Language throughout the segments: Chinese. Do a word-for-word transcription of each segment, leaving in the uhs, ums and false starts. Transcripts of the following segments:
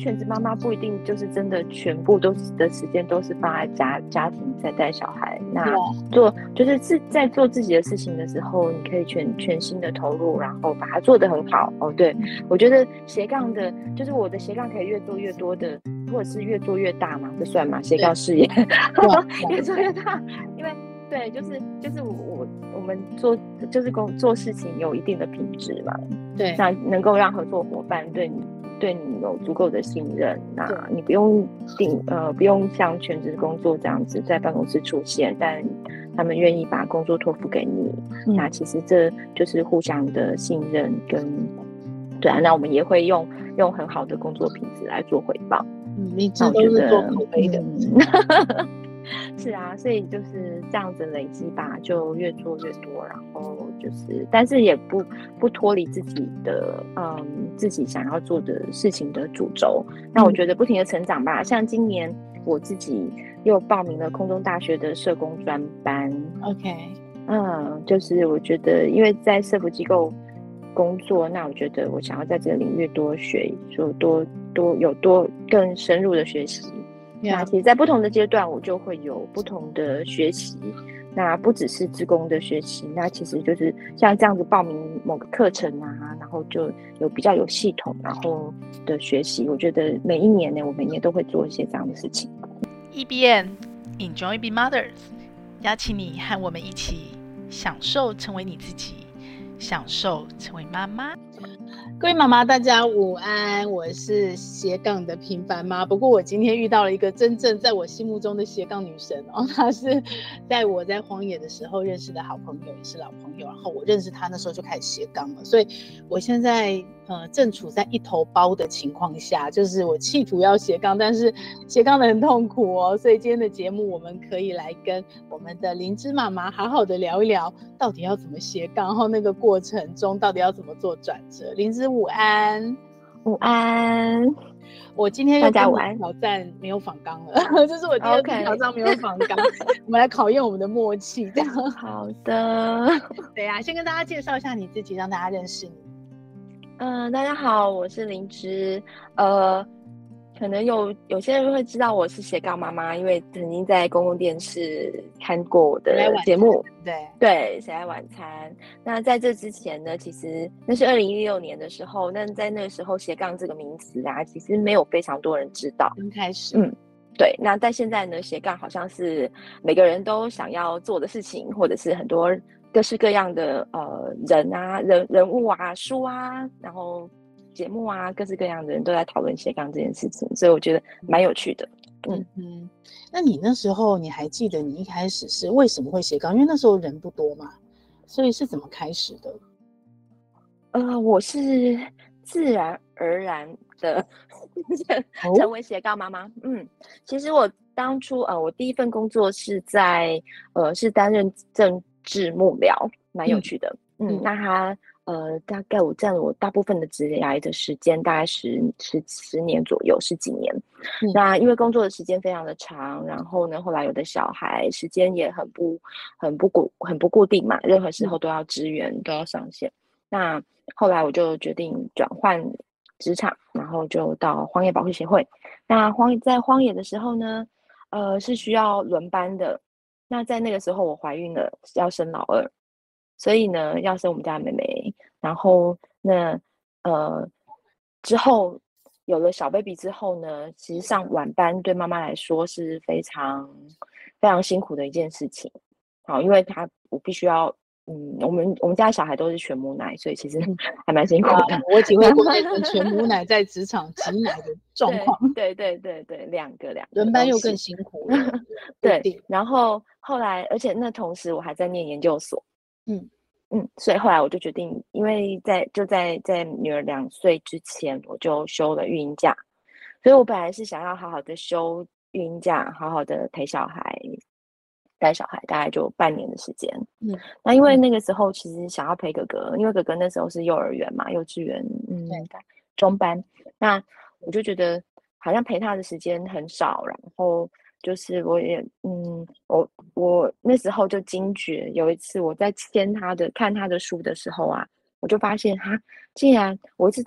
全职妈妈不一定就是真的全部都是的时间都是放在家家庭在带小孩，那做就是自在做自己的事情的时候，你可以全全心的投入，然后把它做得很好。哦，对，我觉得斜杠的，就是我的斜杠可以越做越多的，或者是越做越大嘛，这算吗？斜杠事业越做越大，因为对，就是就是我我我们做就是工做事情有一定的品质嘛， 对， 那能够让合作伙伴对你对你有足够的信任，那你不用定呃不用像全职工作这样子在办公室出现，但他们愿意把工作托付给你，嗯、那其实这就是互相的信任跟对啊，那我们也会用用很好的工作品质来做回报。 嗯，你这都是做口碑的。 嗯是啊，所以就是这样子累积吧，就越做越多，然后就是，但是也不不脱离自己的嗯自己想要做的事情的主轴。那我觉得不停的成长吧，像今年我自己又报名了空中大学的社工专班。 OK， 嗯，就是我觉得因为在社福机构工作，那我觉得我想要在这个领域多学，就多多有多更深入的学习。那其实在不同的阶段我就会有不同的学习，那不只是志工的学习，那其实就是像这样子报名某个课程啊，然后就有比较有系统然后的学习。我觉得每一年呢，我每年都会做一些这样的事情。 E B N Enjoy Be Mothers 邀请你和我们一起享受成为你自己，享受成为妈妈。 各位妈妈大家午安，我是斜杠的平凡妈。不过我今天遇到了一个真正在我心目中的斜杠女神哦，她是在我在荒野的时候认识的好朋友，也是老朋友，然后我认识她那时候就开始斜杠了，所以我现在呃正处在一头包的情况下，就是我企图要斜杠，但是斜杠的很痛苦哦，所以今天的节目我们可以来跟我们的灵芝妈妈好好的聊一聊到底要怎么斜杠，然后那个过程中到底要怎么做转折。灵芝午安。 午安， 我今天又跟你挑战没有访纲了，这是我第二次挑战没有访纲。我们来考验我们的默契，这样。 好的， 对啊，先跟大家介绍一下你自己，让大家认识你。 嗯、呃，大家好，我是灵芝。呃，可能有有些人会知道我是斜杠妈妈，因为曾经在公共电视看过我的节目。 对对，谁来晚餐？那在这之前呢，其实那是二零一六年的时候，那在那个时候斜杠这个名词啊，其实没有非常多人知道。 刚开始， 嗯，对。那但现在呢，斜杠好像是每个人都想要做的事情，或者是很多各式各样的呃人啊、人人物啊、书啊，然后节目啊，各式各样的人都在讨论斜杠这件事情，所以我觉得蛮有趣的。 嗯嗯，那你那时候你还记得你一开始是为什么会斜杠？因为那时候人不多嘛，所以是怎么开始的？ 呃，我是自然而然的成为斜杠妈妈。嗯，其实我当初呃，我第一份工作是在呃，是担任政治幕僚，蛮有趣的。嗯，嗯那他呃，大概我占了我大部分的职业的时间，大概十十十年左右，十几年。嗯、那因为工作的时间非常的长，然后呢，后来有的小孩时间也很不很不固很不固定嘛，任何时候都要支援，嗯、都要上线。那后来我就决定转换职场，然后就到荒野保护协会。那荒在荒野的时候呢，呃，是需要轮班的。那在那个时候我怀孕了，要生老二，所以呢要生我们家的妹妹。然后那呃之后有了小 baby 之后呢，其实上晚班对妈妈来说是非常非常辛苦的一件事情。好，因为她我必须要。嗯，我们我们家的小孩都是全母奶，所以其实还蛮辛苦的。 啊、我体会过那种全母奶在职场挤奶的状况。 对对对对对，两个两个轮班又更辛苦了。 对，然后后来，而且那同时我还在念研究所。 嗯嗯，所以后来我就决定，因为在就在在女儿两岁之前，我就休了育婴假，所以我本来是想要好好的休育婴假，好好的陪小孩。带小孩大概就半年的时间。嗯，那因为那个时候其实想要陪哥哥，因为哥哥那时候是幼儿园嘛，幼稚园，嗯，中班。那我就觉得好像陪他的时间很少，然后就是我也，嗯，我我那时候就惊觉，有一次我在牵他的看他的书的时候啊，我就发现哈，竟然我知道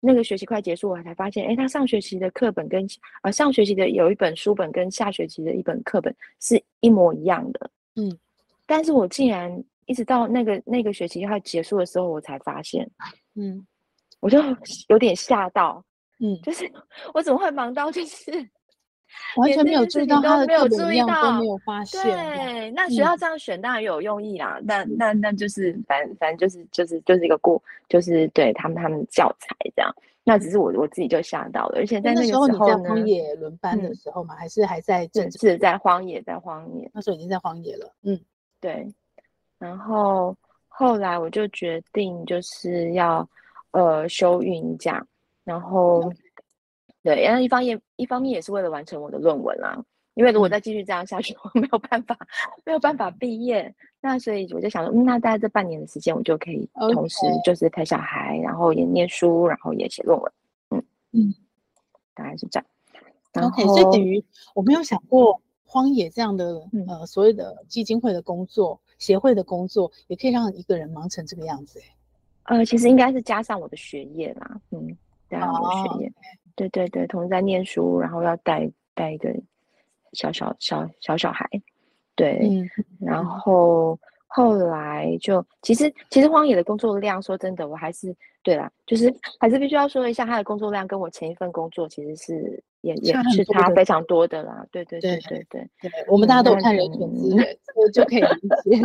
那个学期快结束，我才发现，哎，他上学期的课本跟呃上学期的有一本书本跟下学期的一本课本是一模一样的。 嗯， 但是我竟然一直到那个那个学期快结束的时候，我才发现， 嗯， 我就有点吓到， 嗯， 就是我怎么会忙到就是完全没有连这件注意到他的事情都没有注意课本一样都没到。 有发现。 对，那学嗯校这样选当然有用意啦，那那那就是反正反正就是就是就是一个过，就是对他们他们教材这样。那只是我我自己就吓到了，而且在那那个时候你在时候呢， 荒野轮班的嗯， 时候吗？还是还在正是正？ 是在荒野，在荒野， 那时候已经在荒野了。嗯， 对。然后后来我就决定就是要呃休孕假，然后对，然后一方面一方面也是为了完成我的论文啦，因为如果再继续这样下去，我没有办法没有办法毕业。那所以我就想说，嗯，那大概这半年的时间，我就可以同时就是陪小孩，然后也念书，然后也写论文。嗯嗯，大概是这样。然后 OK，所以等于我没有想过荒野这样的、 嗯、 呃所谓的基金会的工作、协会的工作，也可以让一个人忙成这个样子。 呃，其实应该是加上我的学业啦，嗯，加上我的学业， 哦、 对对对，同时在念书，然后要带带一个小小小小小孩，对， 嗯， 然后后来就其实其实荒野的工作量，说真的，我还是对啦，就是还是必须要说一下，他的工作量跟我前一份工作其实是也也是差非常多的啦，对对对对对， 对，我们大家都有看人嗯选之人，所以就可以理解。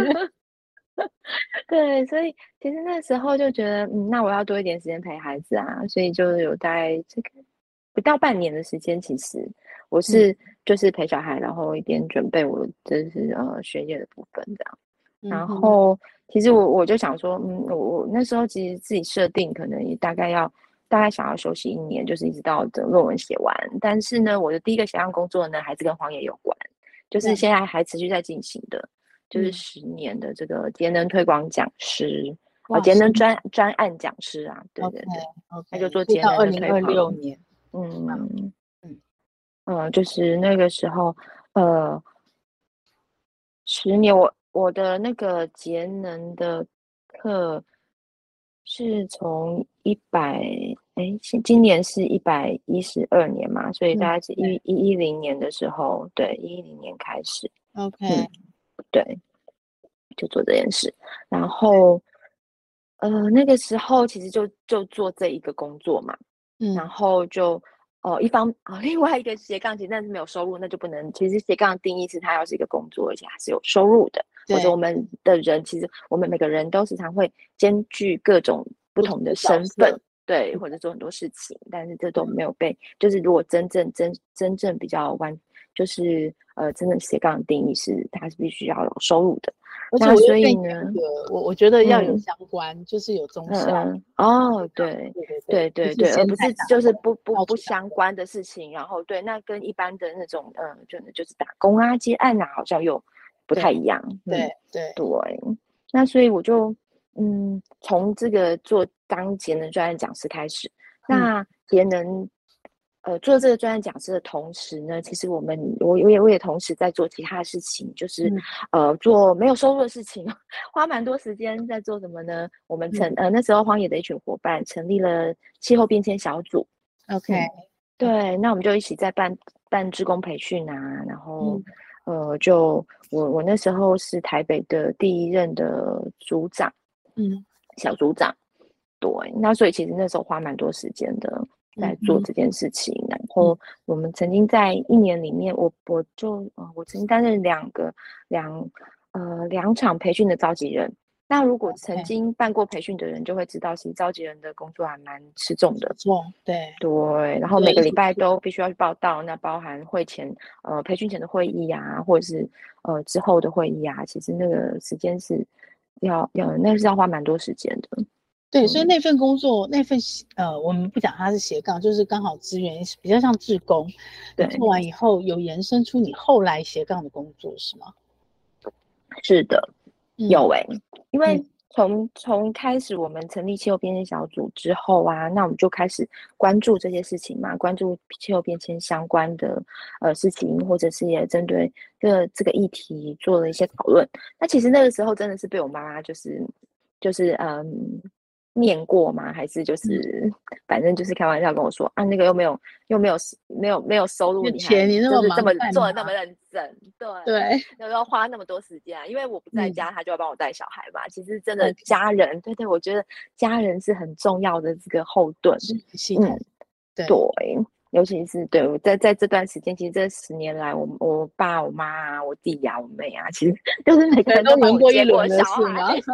对，所以其实那时候就觉得，嗯，那我要多一点时间陪孩子啊，所以就有大概这个不到半年的时间，其实我是就是陪小孩，然后一边准备我就是呃学业的部分这样。然后其实我我就想说，嗯，我我那时候其实自己设定可能也大概要大概想要休息一年，就是一直到这论文写完。但是呢，我的第一个斜杠工作呢，还是跟荒野有关，就是现在还持续在进行的。就是十年的这个节能推广讲师，呃，节能专专案讲师啊，对对对，那就做节能的推广。 年， 嗯嗯嗯，就是那个时候，呃，十年我我的那个节能的课是从一百，哎，今年是一百一十二年嘛，所以大概是一一一零年的时候，对，一一零年开始。 OK， 嗯，对，就做这件事，然后，呃，那个时候其实就就做这一个工作嘛， 嗯， 然后就，哦，一方啊，另外一个斜杠其实但是没有收入，那就不能。其实斜杠的定义是它要是一个工作，而且还是有收入的。或者我们的人，其实我们每个人都时常会兼具各种不同的身份，对，或者做很多事情，但是这都没有被，就是如果真正真真正比较完，就是呃，真正斜杠的定义是它是必须要有收入的。 而且我所以呢，我我觉得要有相关，嗯、就是有中校。 嗯哦，对对对对，而不是就是不不不相关的事情。然后对，那跟一般的那种嗯，就就是打工啊、接案啊，好像又不太一样。 对嗯、 对对，那所以我就嗯，从这个做当节能专案讲师开始，那节能。呃，做这个专案讲师的同时呢，其实我们我我也我也同时在做其他的事情，就是、嗯、呃做没有收入的事情，花蛮多时间在做什么呢？我们成、嗯、呃那时候荒野的一群伙伴成立了气候变迁小组 ，OK，、嗯、 对，那我们就一起在办办志工培训啊，然后、嗯、呃就我我那时候是台北的第一任的组长，嗯，小组长，对，那所以其实那时候花蛮多时间的。在做这件事情，然后我们曾经在一年里面，我我就呃，我曾经担任两个两呃两场培训的召集人。那如果曾经办过培训的人就会知道，其实召集人的工作还蛮吃重的。 对对，然后每个礼拜都必须要去报到，那包含会前呃培训前的会议啊，或者是呃之后的会议啊，其实那个时间是要要那是要花蛮多时间的。 对，所以那份工作，那份呃，我们不讲它是斜杠，就是刚好资源比较像志工。你做完以后，有延伸出你后来斜杠的工作是吗？ 是的，有哎、欸，因为从从开始我们成立气候变迁小组之后啊，那我们就开始关注这些事情嘛，关注气候变迁相关的呃事情，或者是也针对这个这个议题做了一些讨论。那其实那个时候真的是被我妈妈就是就是嗯。 念过吗？还是就是、嗯、反正就是开玩笑跟我说啊，那个又没有又没有没有没有收入，你还你就是这么做的那么认真，对对， 又要花那么多时间啊，因为我不在家，嗯、他就要帮我带小孩嘛。其实真的 Okay. 家人，对对，我觉得家人是很重要的这个后盾系统，嗯、对。 对，尤其是对我在在这段时间，其实这十年来，我我爸、我妈啊、我弟呀、啊、我妹啊，其实都是每个人都帮我接过小孩。对。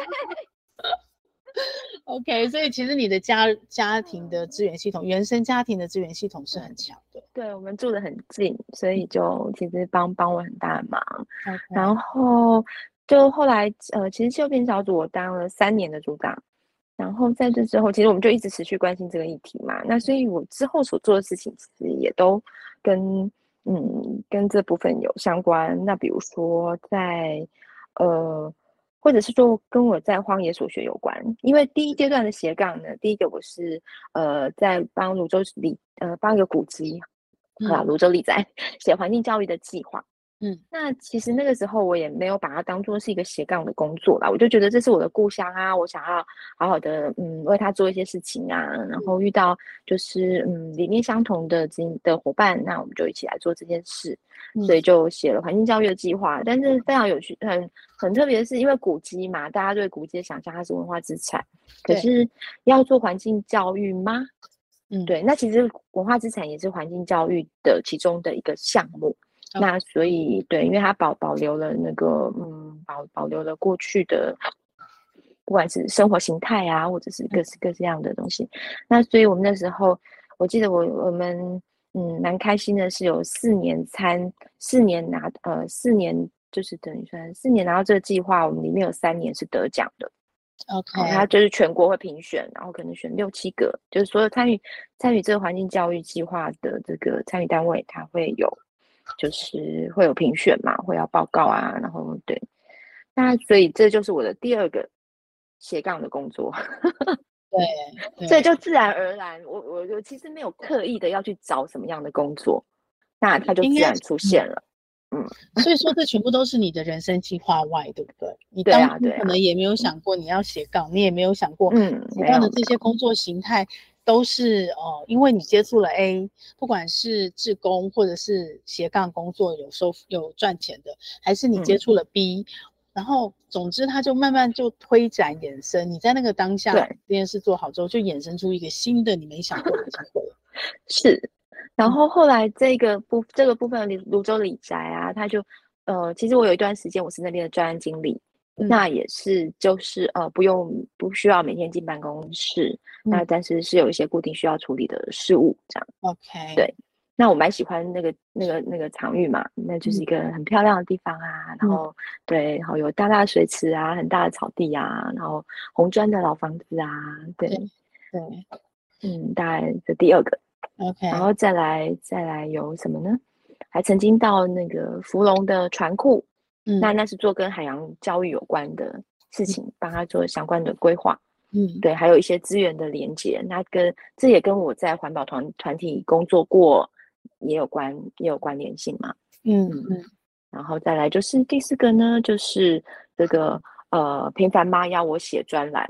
OK， 所以其实你的家家庭的资源系统，原生家庭的资源系统是很强的。 对，我们住得很近，所以就其实帮帮我很大的忙。 Okay. 然后就后来呃，其实气候变小组我当了三年的组长。然后在这之后，其实我们就一直持续关心这个议题嘛。那所以我之后所做的事情，其实也都跟嗯跟这部分有相关。那比如说在呃，或者是说跟我在荒野所学有关。因为第一阶段的斜杠呢，第一个我是呃在帮泸州里呃帮一个古迹啊泸州里宅写环境教育的计划。嗯，那其实那个时候我也没有把它当作是一个斜杠的工作啦，我就觉得这是我的故乡啊，我想要好好的嗯为他做一些事情啊，然后遇到就是嗯理念相同的的伙伴，那我们就一起来做这件事，嗯、所以就写了环境教育的计划。但是非常有趣，很很特别的是，因为古迹嘛，大家对古迹的想象它是文化资产，可是要做环境教育吗？嗯，对，那其实文化资产也是环境教育的其中的一个项目。那所以对，因为它保保留了那个嗯保保留了过去的，不管是生活形态啊，或者是各式各式样的东西。那所以我们那时候，我记得我我们嗯蛮开心的是有四年参四年拿呃四年就是等于算四年拿到这个计划，我们里面有三年是得奖的。 OK， 它就是全国会评选，然后可能选六七个，就是所有参与参与这个环境教育计划的这个参与单位，它会有。就是会有评选嘛，会要报告啊，然后对，那所以这就是我的第二个斜杠的工作， 对， 所以就自然而然，我我我其实没有刻意的要去找什么样的工作，那它就自然出现了，嗯， 所以说这全部都是你的人生计划外，对不对？你对啊，对啊，可能也没有想过你要斜杠，你也没有想过， 嗯， 斜杠的这些工作形态。都是哦，因为你接触了 A， 不管是志工或者是斜杠工作有收有赚钱的，还是你接触了 B，、嗯、然后总之它就慢慢就推展衍生。你在那个当下这件事做好之后，就衍生出一个新的你没想过的机会。 是，然后后来这个部这个部分的泸州里宅啊，它就呃，其实我有一段时间我是那边的专案经理。嗯、那也是，就是呃，不用不需要每天进办公室，嗯、那但是是有一些固定需要处理的事务，这样。 OK， 对，那我蛮喜欢那个那个那个场域嘛，那就是一个很漂亮的地方啊，嗯、然后对，然后有大大的水池啊，很大的草地啊，然后红砖的老房子啊，对， 对， 嗯，大概这第二个 ，OK， 然后再来再来有什么呢？还曾经到那个福隆的船库。嗯、那那是做跟海洋教育有关的事情，帮他做相关的规划，嗯，对，还有一些资源的连接，那跟这也跟我在环保团团体工作过也有关，也有关联性嘛，嗯嗯，然后再来就是第四个呢，就是这个呃平凡妈要我写专栏，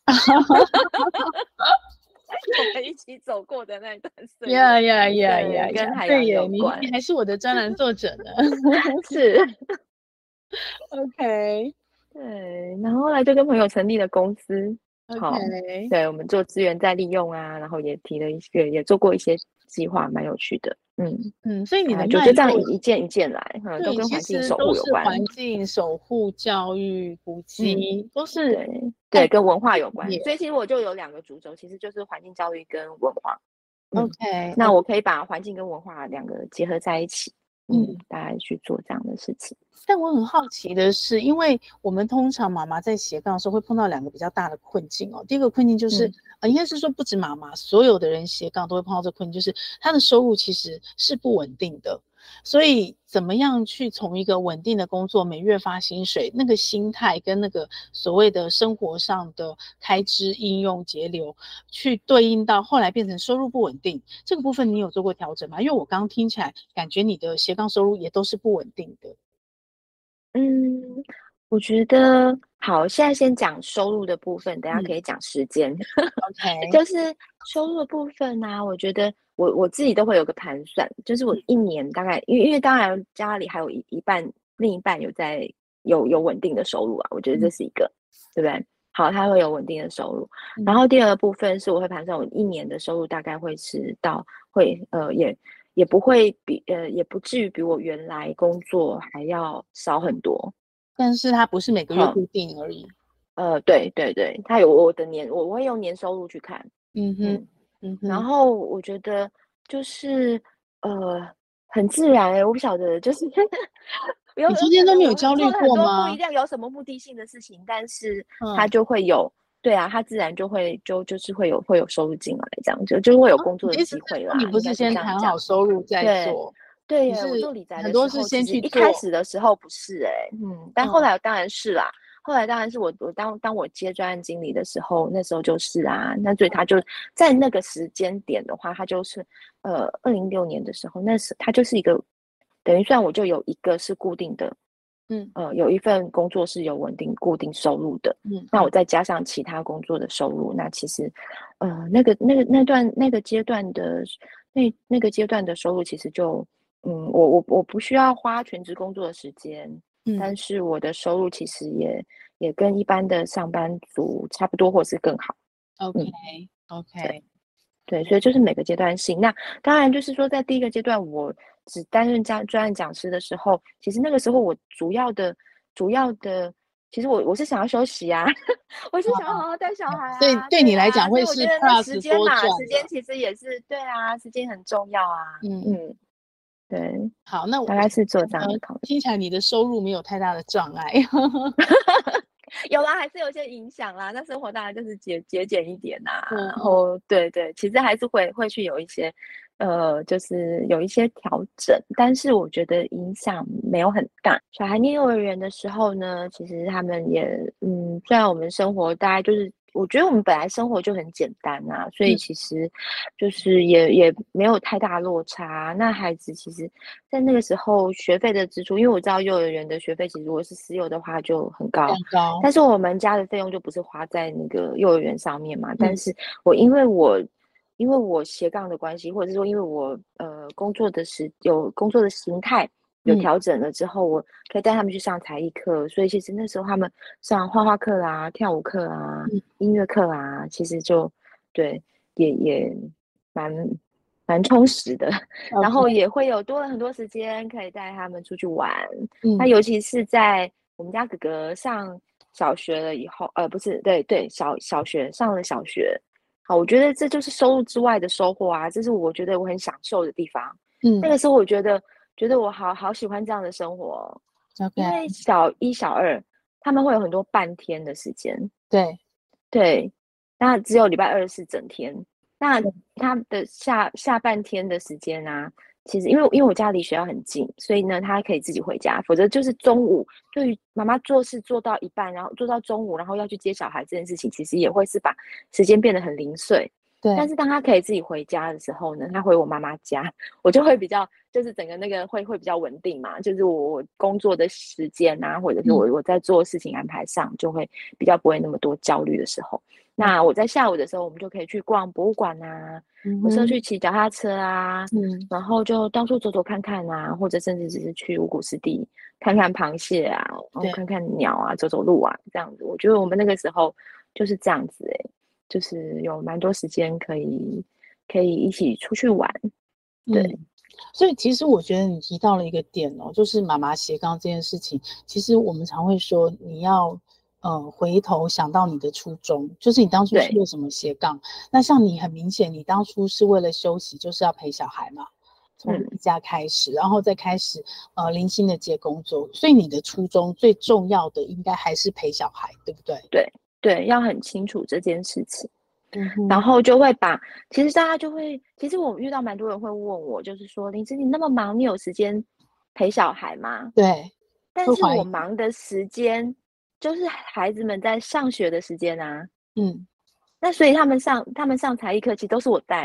我们一起走过的那一段岁月， 呀呀呀呀， 跟海洋有关， 你还是我的专栏作者呢， 是。 OK， 对，然后后来就跟朋友成立了公司，好， okay. 对，我们做资源再利用啊，然后也提了一些，也做过一些计划，蛮有趣的，嗯嗯，所以你的就就这样一件一件来，嗯，都跟环境守护有关， 环境守护、教育、古迹、嗯、都是对对，跟文化有关，所以其实我就有两个主轴，其实就是环境教育跟文化。 嗯、OK， 那我可以把环境跟文化两个结合在一起。嗯，大家去做这样的事情。 但我很好奇的是，因为我们通常妈妈在斜杠的时候会碰到两个比较大的困境哦。第一个困境就是，嗯、呃，应该是说不止妈妈，所有的人斜杠都会碰到这个困境，就是他的收入其实是不稳定的。所以怎么样去从一个稳定的工作，每月发薪水，那个心态跟那个所谓的生活上的开支应用节流，去对应到后来变成收入不稳定，这个部分你有做过调整吗？因为我刚刚听起来感觉你的斜杠收入也都是不稳定的。 嗯，我我觉得好，现在先讲收入的部分，等一下可以讲时间。 OK， 就是收入的部分呢、啊，我觉得我我自己都会有个盘算，就是我一年大概，因为因为当然家里还有一一半，另一半有在有有稳定的收入啊，我觉得这是一个，对不对？好，他会有稳定的收入。然后第二个部分是我会盘算我一年的收入大概会是到会呃也也不会比呃也不至于比我原来工作还要少很多。 但是它不是每个月固定而已。 呃，对对对，他有我的年，我会用年收入去看。 嗯哼，嗯哼。 然后我觉得就是呃很自然哎、欸，我不晓得，就是有你中间都没有焦虑做了很多不过吗？ 一定有什么目的性的事情，但是嗯他就会有，对啊，他自然就会就就是会有会有收入进来，这样就就会有工作的机会啦。 你不是先谈好收入再做？ 对， 你是我做理财很多的时候， 是先去做。 一开始的时候不是哎、欸，嗯，但后来当然是啦。后来当然是我我当当我接专案经理的时候，那时候就是啊，那所以他就在那个时间点的话，他就是呃二零一六年的时候，那时他就是一个等于算我就有一个是固定的， 嗯呃有一份工作是有稳定固定收入的， 嗯， 那我再加上其他工作的收入，那其实呃那个那个那段那个阶段的那那个阶段的收入其实就嗯我我我不需要花全职工作的时间。但是我的收入其实也也跟一般的上班族差不多，或是更好。 OK OK， 对对，所以就是每个阶段性。那当然就是说，在第一个阶段，我只担任专专案讲师的时候，其实那个时候我主要的主要的，其实我我是想要休息啊，我是想要好好带小孩啊。 所以对你来讲会是 plus 多赚， 时间其实也是对啊，时间很重要啊。嗯嗯。对， 好，那我大概是做这样的考虑。 听起来你的收入没有太大的障碍。 有啦，还是有些影响啦。那生活当然就是节节俭一点啊，嗯、然后对对，其实还是会会去有一些，呃，就是有一些调整，但是我觉得影响没有很大。小孩念幼儿园的时候呢，其实他们也，嗯，虽然我们生活大概就是。我觉得我们本来生活就很简单啊，所以其实就是也也没有太大落差。那孩子其实，在那个时候学费的支出，因为我知道幼儿园的学费其实如果是私有的话就很高， 很高。 但是我们家的费用就不是花在那个幼儿园上面嘛。嗯、但是我因为我因为我斜杠的关系，或者是说因为我呃工作的时有工作的形态。有调整了之后，我可以带他们去上才艺课，所以其实那时候他们上画画课啦、跳舞课啊、嗯、音乐课啊，其实就对也也蛮蛮充实的。Okay. 然后也会有多了很多时间可以带他们出去玩。嗯、那尤其是在我们家哥哥上小学了以后，呃，不是，对对，小小学上了小学，好，我觉得这就是收入之外的收获啊，这是我觉得我很享受的地方。嗯，那个时候我觉得。觉得我好好喜欢这样的生活， okay. 因为小一、小二他们会有很多半天的时间， 对对，那只有礼拜二是整天，那他的下下半天的时间啊，其实因为因为我家离学校很近，所以呢，他可以自己回家，否则就是中午对于妈妈做事做到一半，然后做到中午，然后要去接小孩这件事情，其实也会是把时间变得很零碎。 对， 但是当他可以自己回家的时候呢，他回我妈妈家，我就会比较，就是整个那个会会比较稳定嘛，就是我我工作的时间啊，或者是我我在做事情安排上，就会比较不会那么多焦虑的时候。嗯、那我在下午的时候，我们就可以去逛博物馆啊，嗯、有时候去骑脚踏车啊，嗯，然后就到处走走看看啊，或者甚至只是去五股湿地看看螃蟹啊，然后看看鸟啊，走走路啊，这样子。我觉得我们那个时候就是这样子哎、欸。就是有蛮多时间可以可以一起出去玩，对、嗯， 所以其实我觉得你提到了一个点哦，就是妈妈斜杠这件事情，其实我们常会说你要呃回头想到你的初衷，就是你当初是为什么斜杠？那像你很明显，你当初是为了休息，就是要陪小孩嘛，从一家开始，嗯、然后再开始呃零星的接工作，所以你的初衷最重要的应该还是陪小孩，对不对？ 对。对，要很清楚这件事情，嗯、然后就会把，其实大家就会，其实我遇到蛮多人会问我，就是说，林芝你那么忙，你有时间陪小孩吗？ 对， 但是我忙的时间就是孩子们在上学的时间啊，嗯，那所以他们上他们上才艺课其实都是我带、欸，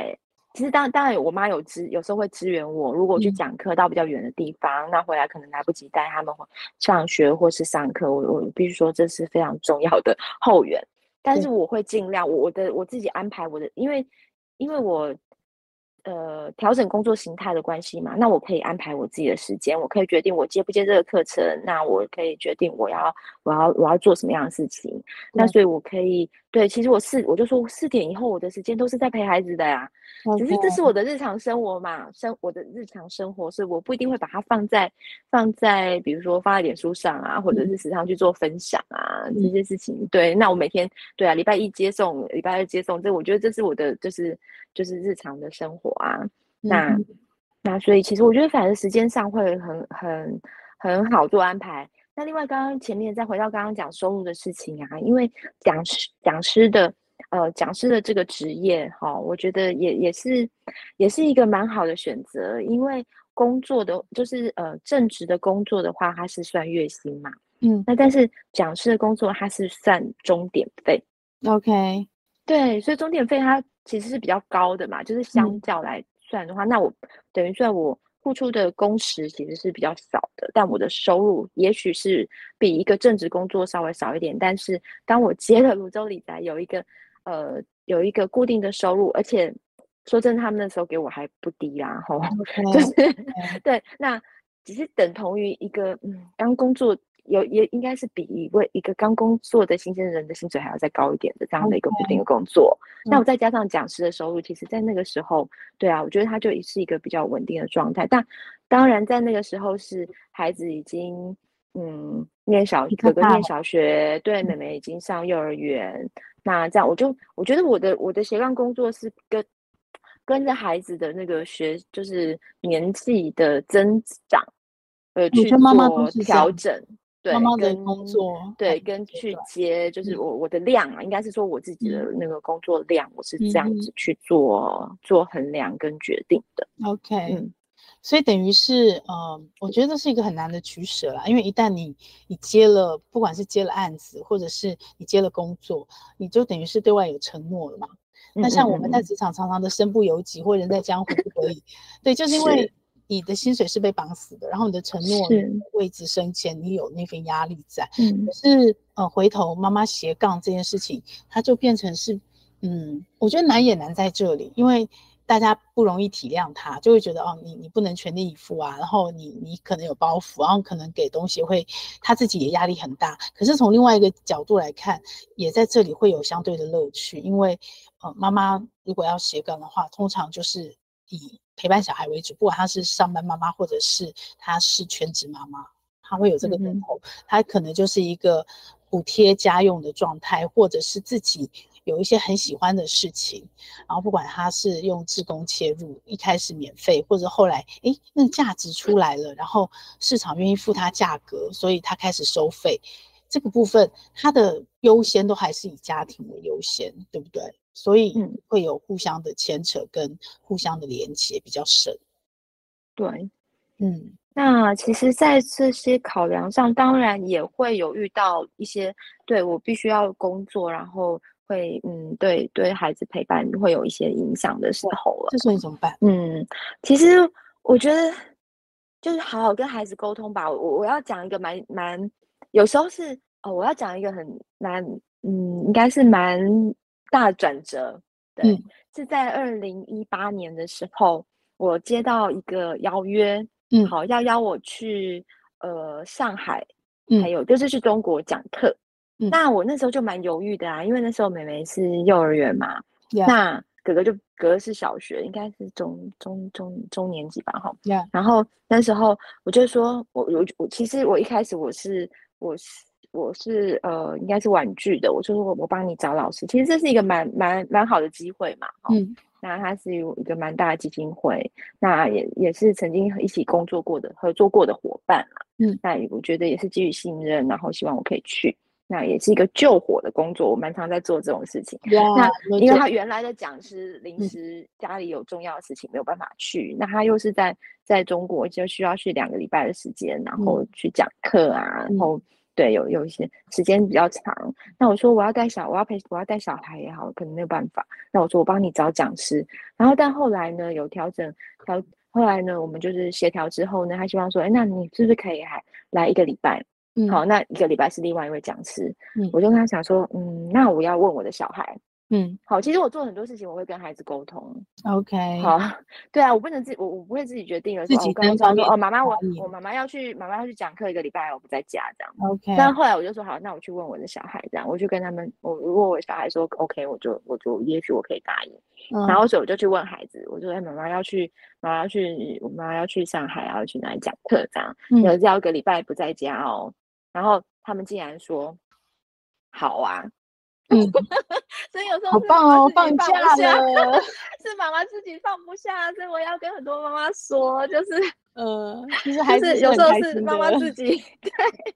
其实当当然我妈有支，有时候会支援我。如果去嗯讲课到比较远的地方，那回来可能来不及带他们上学或是上课，我我必须说这是非常重要的后援。但是对我会尽量，我我的我自己安排我的，因为因为我呃调整工作形态的关系嘛，那我可以安排我自己的时间，我可以决定我接不接这个课程，那我可以决定我要我要我要做什么样的事情。那对所以我可以对，其实我四我就说四点以后我的时间都是在陪孩子的呀。只是这是 ，OK， 我的日常生活嘛，生我的日常生活，所以我不一定会把它放在放在比如说放在脸书上啊，或者是时常去做分享啊， 嗯这些事情。对，那我每天对啊，礼拜一接送，礼拜二接送，这我觉得这是我的就是就是日常的生活啊。那嗯那所以其实我觉得反正时间上会很很很好做安排。那另外刚刚前面再回到刚刚讲收入的事情啊，因为讲师讲师的呃讲师的这个职业哈、哦，我觉得也也是也是一个蛮好的选择，因为工作的就是呃正职的工作的话，它是算月薪嘛， 嗯那但是讲师的工作它是算钟点费， ，OK， 对，所以钟点费它其实是比较高的嘛，就是相嗯较来算的话，那我等于算我付出的工时其实是比较少的，但我的收入也许是比一个正职工作稍微少一点，但是当我接了泸州理财，有一个呃有一个固定的收入，而且说真的，他们那时候给我还不低啦，吼，就 ，OK， 是对，那只是等同于一个嗯刚工作。有也应该是比一位一个刚工作的新鲜人的薪水还要再高一点的这样的一个固定的工作。那我再加上讲师的收入，其实在那个时候，对啊，我觉得它就是一个比较稳定的状态。但当然，在那个时候是孩子已经嗯念小，哥哥念太大了， 小学，对，妹妹已经上幼儿园。那这样，我就我觉得我的我的斜杠工作是跟跟着孩子的那个学，就是年纪的增长，呃， 我去觉得妈妈都做是这样， 调整。对， 妈妈的跟工作还对跟去阶段， 接，就是嗯我我的量啊，应该是说我自己嗯的那个工作量，我是这样嗯子去做做衡量跟决定的。 嗯，OK。 嗯， 所以等于是，呃，我觉得这是一个很难的取舍啦。因为一旦你你接了，不管是接了案子，或者是你接了工作，你就等于是对外有承诺了嘛。 嗯那像我们在嗯嗯职场常常的身不由己，或人在江湖不得已，对，就是因为是你的薪水是被绑死的，然后你的承诺、你的是， 位置升迁，你有那份压力在。 嗯可是，呃，回头妈妈斜杠这件事情，它就变成是，嗯，我觉得难也难在这里，因为大家不容易体谅他，就会觉得哦，你你不能全力以赴啊，然后你你可能有包袱，然后可能给东西会他自己也压力很大。可是从另外一个角度来看，也在这里会有相对的乐趣，因为呃，妈妈如果要斜杠的话，通常就是以陪伴小孩为主，不管她是上班妈妈或者是她是全职妈妈，她会有这个嗯哼念头，她可能就是一个补贴家用的状态，或者是自己有一些很喜欢的事情，然后不管他是用志工切入，一开始免费，或者后来诶那个价值出来了，然后市场愿意付他价格，所以他开始收费。这个部分他的优先都还是以家庭为优先，对不对？所以嗯， 会有互相的牵扯跟互相的连结比较深。 对。 嗯那其实，在这些考量上，当然也会有遇到一些，对，我必须要工作，然后会，嗯，对对孩子陪伴会有一些影响的时候了。 这时候你怎么办？ 嗯，其实我觉得就是好好跟孩子沟通吧。我我要讲一个蛮蛮，有时候是哦，我要讲一个很蛮，嗯，应该是蛮大的转折。对， 嗯是在二零一八年的时候，我接到一个邀约， 嗯好，要邀我去呃上海，还嗯有就是去中国讲课。 嗯那我那时候就蛮犹豫的啊，因为那时候妹妹是幼儿园嘛， ，Yeah 那哥哥就哥哥是小学，应该是中中中中年级吧，哈。 Yeah， 然后那时候我就说，我我我其实我一开始我是我是我是呃应该是婉拒的，我就说我我帮你找老师，其实这是一个蛮蛮蛮好的机会嘛，哈。 嗯那它是有一个蛮大的基金会，那也也是曾经一起工作过的合作过的伙伴啦。 嗯那我觉得也是基于信任，然后希望我可以去。那也是一个救火的工作，我蛮常在做这种事情。那 ，Yeah， 因为他原来的讲师临嗯时家里有重要的事情没有办法去，那他又是在在中国就需要去两个礼拜的时间，然后去讲课啊，然后嗯对，有有一些时间比较长。那我说我要带小，我要陪我要带小孩也好，可能没有办法。那我说我帮你找讲师。然后但后来呢有调整调，后来呢我们就是协调之后呢，他希望说，哎，那你是不是可以还来一个礼拜？ 嗯， 好，那一个礼拜是另外一位讲师。 嗯， 我就跟他讲说，嗯，那我要问我的小孩。 嗯， 好，其实我做很多事情，我会跟孩子沟通。 OK， 好，对啊，我不能自我我不会自己决定了说， 自己哦我跟他讲说， 单方面哦，妈妈，我答应我妈妈要去，妈妈要去讲课一个礼拜，我不在家这样。 OK， 但后来我就说好，那我去问我的小孩，这样我就跟他们，我如果我的小孩说 OK，我就我就也许我可以答应。 嗯， 然后所以我就去问孩子，我说，哎，妈妈要去，妈妈要去，我妈妈要去上海，要去哪里讲课这样， 嗯有要一个礼拜不在家哦。然后他们竟然说好啊。 嗯， 所以有时候好是妈妈棒哦， 自己放不放假下， 了， 是妈妈自己放不下，所以我要跟很多妈妈说，就是呃，其实就是孩子是很有时候是开心的。 妈妈自己，对，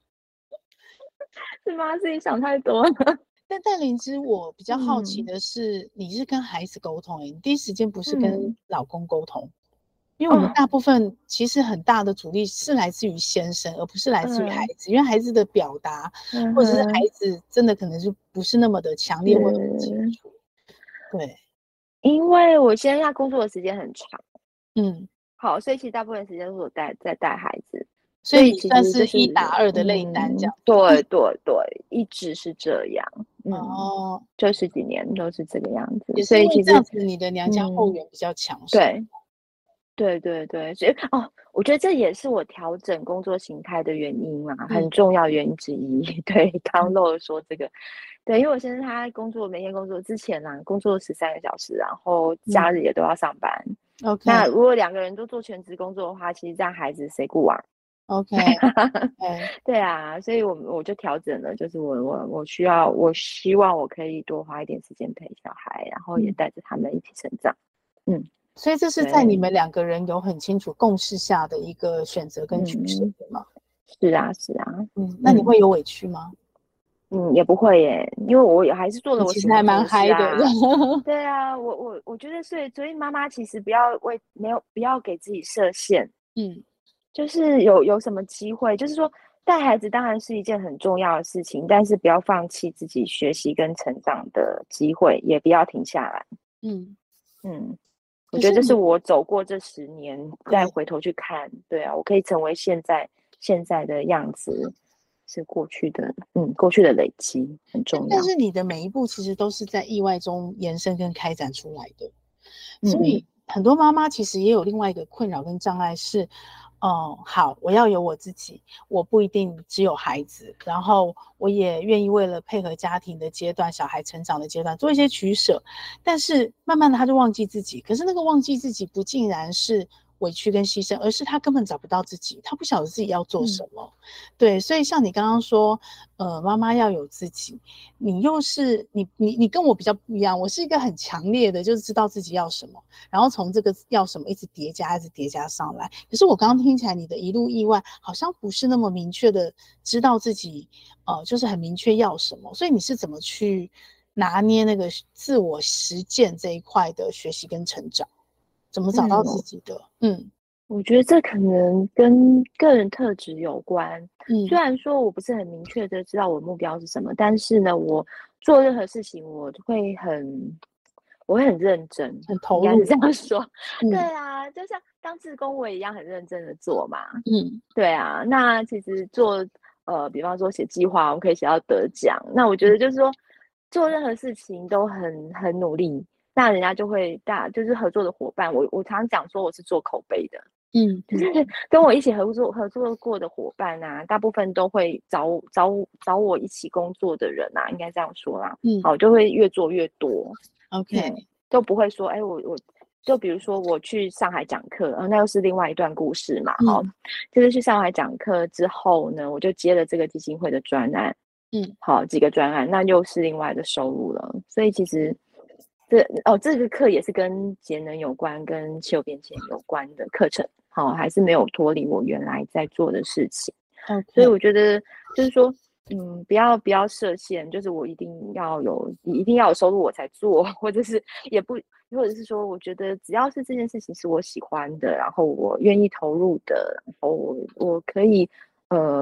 是妈妈自己想太多了。 但但灵芝，我比较好奇嗯的是，你是跟孩子沟通、欸，你第一时间不是跟嗯， 老公沟通，因为我们哦， 大部分其实很大的阻力是来自于先生，而不是来自于孩嗯子，因为孩子的表达嗯或者是孩哼， 子真的可能就不是那么的强烈或者不清是楚。对， 因为我现在他工作的时间很长， 嗯， 好，所以其实大部分时间是我带在带孩子， 所以你所以其算是实就是一打二的类单这嗯， 样子。 对对对，一直是这样，嗯， 哦， 这十几年都是这个样子， 也是所以其实因为这样子，你的娘家后嗯， 援比较强盛。 对。对对对，所以哦，我觉得这也是我调整工作形态的原因嘛，很嗯重要原因之一。对，刚嗯漏了说这个，对，因为我现在他工作每天工作之前呢、工作十三个小时，然后假嗯日也都要上班。 ，OK 那如果两个人都做全职工作的话，其实这样孩子谁顾啊？ OK OK， 对啊，所以我我就调整了，就是我我我需要，我希望我可以多花一点时间陪小孩，然后也嗯， 带着他们一起成长。嗯， 所以这是在你对， 们两个人有很清楚共识下的一个选择跟取舍， 嗯， 对吗？ 是啊是啊， 嗯，那你嗯。 会有委屈吗？ 嗯，也不会耶，因为我也还是做了我你其实还喜欢做的蛮嗨的， 事啊。对啊，我我我觉得所以所以妈妈其实不要为没有不要给自己设限， 嗯就是有有什么机会，就是说带孩子当然是一件很重要的事情，但是不要放弃自己学习跟成长的机会，也不要停下来。 嗯， 嗯，我觉得这是可是你我走过这十年再对， 回头去看，对啊，我可以成为现在现在的样子，是过去的，嗯，过去的累积很重要。 但是你的每一步其实都是在意外中延伸跟开展出来的， 嗯嗯所以很多妈妈其实也有另外一个困扰跟障碍是，哦，好，我要有我自己，我不一定只有孩子，然后我也愿意为了配合家庭的阶段、小孩成长的阶段做一些取舍，但是慢慢的他就忘记自己，可是那个忘记自己不尽然是委屈跟牺牲，而是他根本找不到自己，他不晓得自己要做什么。嗯、对，所以像你刚刚说，呃，妈妈要有自己，你又是你你你跟我比较不一样，我是一个很强烈的，就是知道自己要什么，然后从这个要什么一直叠加，一直叠加上来。可是我刚刚听起来，你的一路意外好像不是那么明确的知道自己，呃，就是很明确要什么，所以你是怎么去拿捏那个自我实践这一块的学习跟成长？怎么找到自己的？嗯， 我觉得这可能跟个人特质有关。 嗯， 虽然说我不是很明确的知道我的目标是什么，但是呢，我做任何事情我会很，我会很认真， 很投入。 应该是这样说。 嗯、 对啊，就像当志工我也一样很认真的做嘛。 嗯， 对啊，那其实做呃，比方说写计划，我可以写到得奖。那我觉得就是说，做任何事情都很很努力。那人家就会大，就是合作的伙伴，我我常讲说我是做口碑的， 嗯， 就是跟我一起合作合作过的伙伴啊，大部分都会找找找我一起工作的人啊，应该这样说啦， 嗯， 好，就会越做越多 ，OK，、 嗯、都不会说，哎，我我就比如说我去上海讲课，呃，那又是另外一段故事嘛，好、嗯，就是去上海讲课之后呢，我就接了这个基金会的专案， 嗯， 好几个专案，那又是另外的收入了，所以其实。这哦，这个课也是跟节能有关、跟气候变迁有关的课程，好、哦，还是没有脱离我原来在做的事情。 Okay. 所以我觉得就是说，嗯，不要不要设限，就是我一定要有，一定要有收入我才做，或者是也不，或者是说，我觉得只要是这件事情是我喜欢的，然后我愿意投入的，然后我我可以呃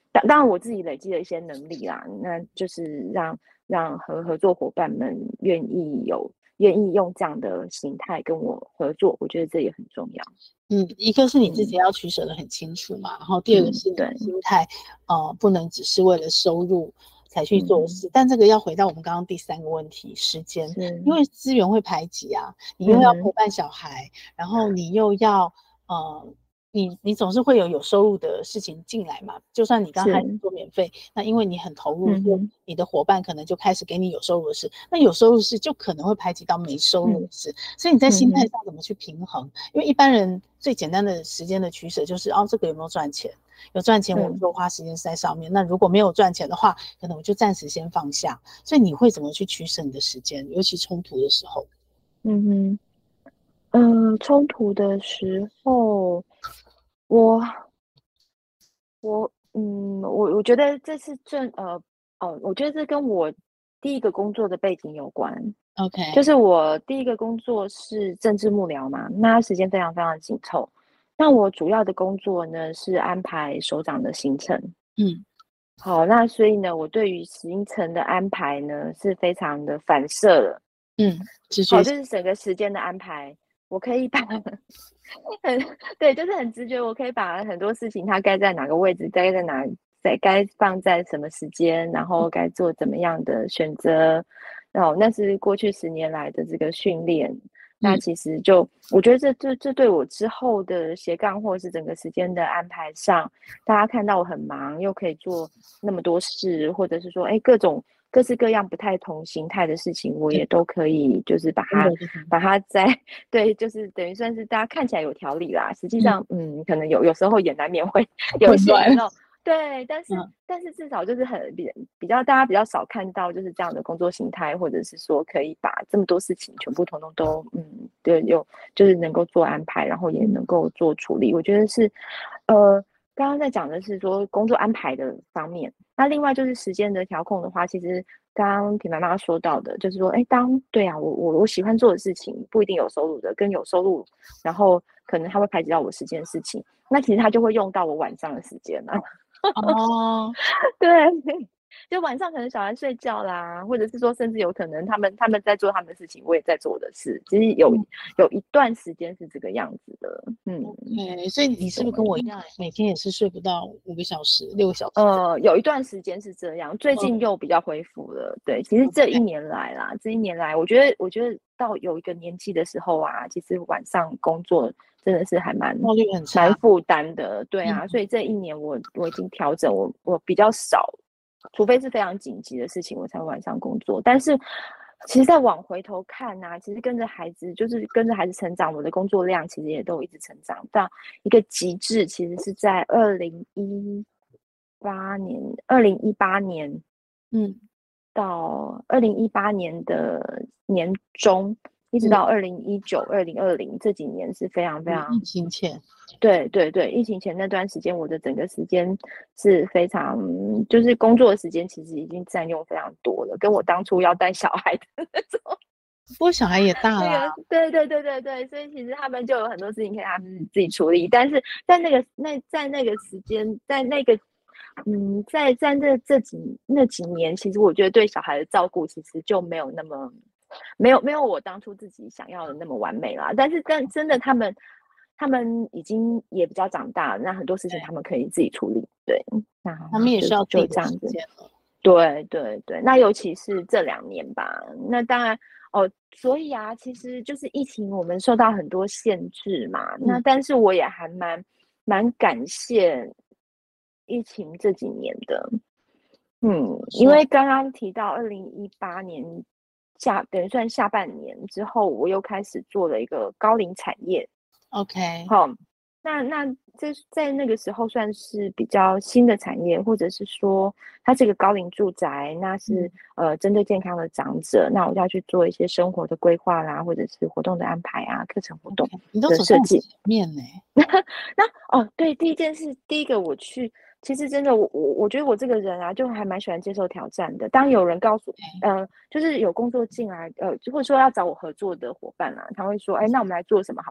当当然我自己累积了一些能力啦，那就是让让合合作伙伴们愿意有愿意用这样的形态跟我合作，我觉得这也很重要。 嗯，一个是你自己要取舍的很清楚嘛，嗯、然后第二个是你的心态，嗯、呃，不能只是为了收入才去做事。嗯、但这个要回到我们刚刚第三个问题，时间，因为资源会排挤啊，你又要陪伴小孩，嗯、然后你又要呃。你你总是会有有收入的事情进来嘛，就算你刚开始做免费，那因为你很投入，所以你的伙伴可能就开始给你有收入的事，那有收入的事就可能会排挤到没收入的事，嗯、所以你在心态上怎么去平衡？因为一般人最简单的时间的取舍就是哦，这个有没有赚钱？有赚钱我就花时间在上面，嗯、那如果没有赚钱的话，可能我就暂时先放下。所以你会怎么去取舍你的时间，尤其冲突的时候？ 嗯哼。嗯，冲突的时候，我我嗯，我我觉得这是正呃哦，我觉得这跟我第一个工作的背景有关。 OK， 就是我第一个工作是政治幕僚嘛，那时间非常非常紧凑。那我主要的工作呢是安排首长的行程。 嗯， 好，那所以呢，我对于行程的安排呢是非常的反射的。 嗯， 好，就是整个时间的安排。我可以把很对，就是很直觉，我可以把很多事情它该在哪个位置，该在哪，在该放在什么时间，然后该做怎么样的选择，然后那是过去十年来的这个训练。那其实就我觉得这这这对我之后的斜杠或者是整个时间的安排上，大家看到我很忙，又可以做那么多事，或者是说，哎，各种。各式各样不太同形态的事情，我也都可以，就是把它把它在对，就是等于算是大家看起来有条理啦，实际上，嗯，嗯可能有有时候也难免会有一些那种对，但是、嗯、但是至少就是很比比较大家比较少看到就是这样的工作形态，或者是说可以把这么多事情全部统统都嗯，对，有就是能够做安排，然后也能够做处理，我觉得是，呃。刚刚在讲的是说工作安排的方面，那另外就是时间的调控的话，其实刚刚品牌妈妈说到的，就是说，哎，当对啊，我我我喜欢做的事情不一定有收入的，跟有收入，然后可能它会排挤到我时间的事情，那其实它就会用到我晚上的时间了。 哦， 对。就晚上可能小孩睡觉啦，或者是说甚至有可能他们他们在做他们的事情，我也在做我的事。其实有、嗯、有一段时间是这个样子的，嗯。 Okay, 所以你是不是跟我一样，每天也是睡不到五个小时、六个小时？ 呃，有一段时间是这样，最近又比较恢复了。嗯、对，其实这一年来啦， okay. 这一年来，我觉得我觉得到有一个年纪的时候啊，其实晚上工作真的是还蛮蛮负担的，对啊。嗯、所以这一年我我已经调整，我我比较少。除非是非常紧急的事情，我才会晚上工作。但是，其实再往回头看啊，其实跟着孩子，就是跟着孩子成长，我的工作量其实也都一直成长到一个极致。其实是在二零一八年，二零一八年，嗯，到二零一八年的年中，一直到二零一九、二零二零这几年是非常非常疫情前。 对对对，疫情前那段时间，我的整个时间是非常，就是工作的时间其实已经占用非常多了，跟我当初要带小孩的那种。 不过小孩也大了、啊那个。对对对对对，所以其实他们就有很多事情可以他们自己处理，但是在那个那在那个时间，在那个嗯，在在那这几那几年，其实我觉得对小孩的照顾其实就没有那么没有没有我当初自己想要的那么完美啦。但是但真的他们。他们已经也比较长大了，那很多事情他们可以自己处理。对，那他们也是要就这样子。对对对，那尤其是这两年吧，那当然哦，所以啊，其实就是疫情，我们受到很多限制嘛。嗯、那但是我也还蛮蛮感谢疫情这几年的，嗯，因为刚刚提到二零一八年下等于算下半年之后，我又开始做了一个高龄产业。 OK， 好，那那这在那个时候算是比较新的产业，或者是说它是一个高龄住宅，那是、嗯、呃针对健康的长者，那我就要去做一些生活的规划啦，或者是活动的安排啊，课程活动的设计。 面呢？ 那哦，对，第一件事，第一个我去。其实真的，我我我觉得我这个人啊，就还蛮喜欢接受挑战的。当有人告诉，呃，就是有工作进来，呃，或者说要找我合作的伙伴啊，他会说，哎，那我们来做什么好不好？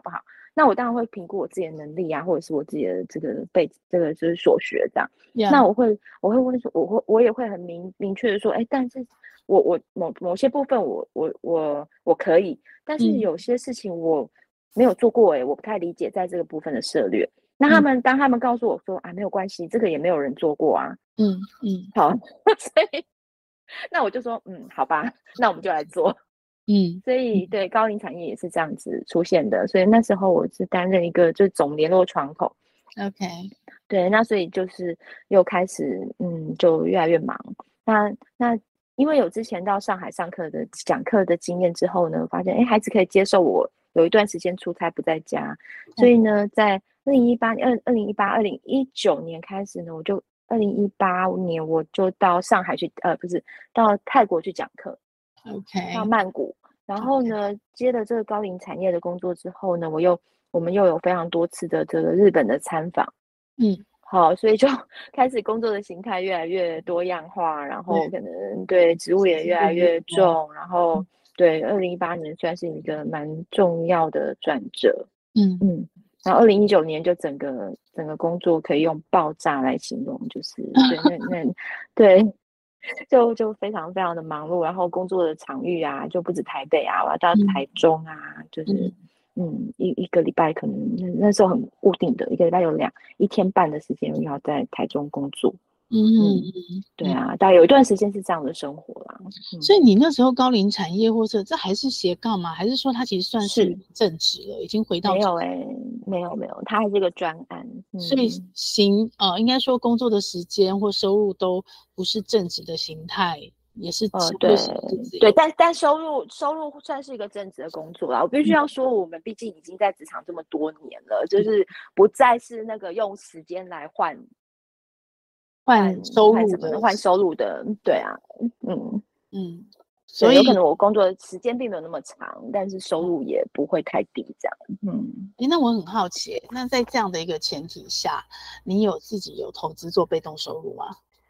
那我当然会评估我自己的能力啊，或者是我自己的这个背这个就是所学这样。 Yeah. 那我会我会问说，我会我也会很明明确的说，哎，但是我我某某些部分我我我我可以，但是有些事情我没有做过、欸，哎、嗯，我不太理解在这个部分的策略。那他们、嗯、当他们告诉我说啊，没有关系，这个也没有人做过啊， 嗯嗯， 好，所以那我就说，嗯，好吧，那我们就来做。 嗯， 所以对高龄产业也是这样子出现的，所以那时候我是担任一个就是总联络窗口。 OK， 对，那所以就是又开始嗯，就越来越忙。那那因为有之前到上海上课的讲课的经验之后呢，发现哎，孩子可以接受我有一段时间出差不在家，所以呢，在二零一八年、二二零一八、二零一九年开始呢，我就二零一八年我就到上海去，呃，不是到泰国去讲课。 OK， 到曼谷，然后呢， okay. 接了这个高龄产业的工作之后呢，我又我们又有非常多次的这个日本的参访， 嗯， 好，所以就开始工作的形态越来越多样化，然后可能对职务也越来越重，然后对二零一八年算是一个蛮重要的转折， 嗯嗯，然后二零一九年就整个整个工作可以用爆炸来形容，就是对那那对。就就非常非常的忙碌，然后工作的场域啊，就不止台北啊，我要到台中啊，嗯、就是嗯一一个礼拜可能那那时候很固定的，一个礼拜有两一天半的时间要在台中工作。 嗯嗯， 对啊，大概有一段时间是这样的生活啦。 嗯、所以你那时候高龄产业或者这还是斜杠吗？还是说它其实算是正职了，已经回到没有哎、欸，没有没有，它还是个专案。嗯、 所以行呃，应该说工作的时间或收入都不是正职的形态，也是呃对对，但但收入收入算是一个正职的工作啦。我必须要说，我们毕竟已经在职场这么多年了，嗯、就是不再是那个用时间来换。 换收入的， 换收入的，对啊，嗯嗯，所以有可能我工作的时间并没有那么长，但是收入也不会太低，这样，嗯， 欸、那我很好奇，那在这样的一个前提下，你有自己有投资做被动收入吗？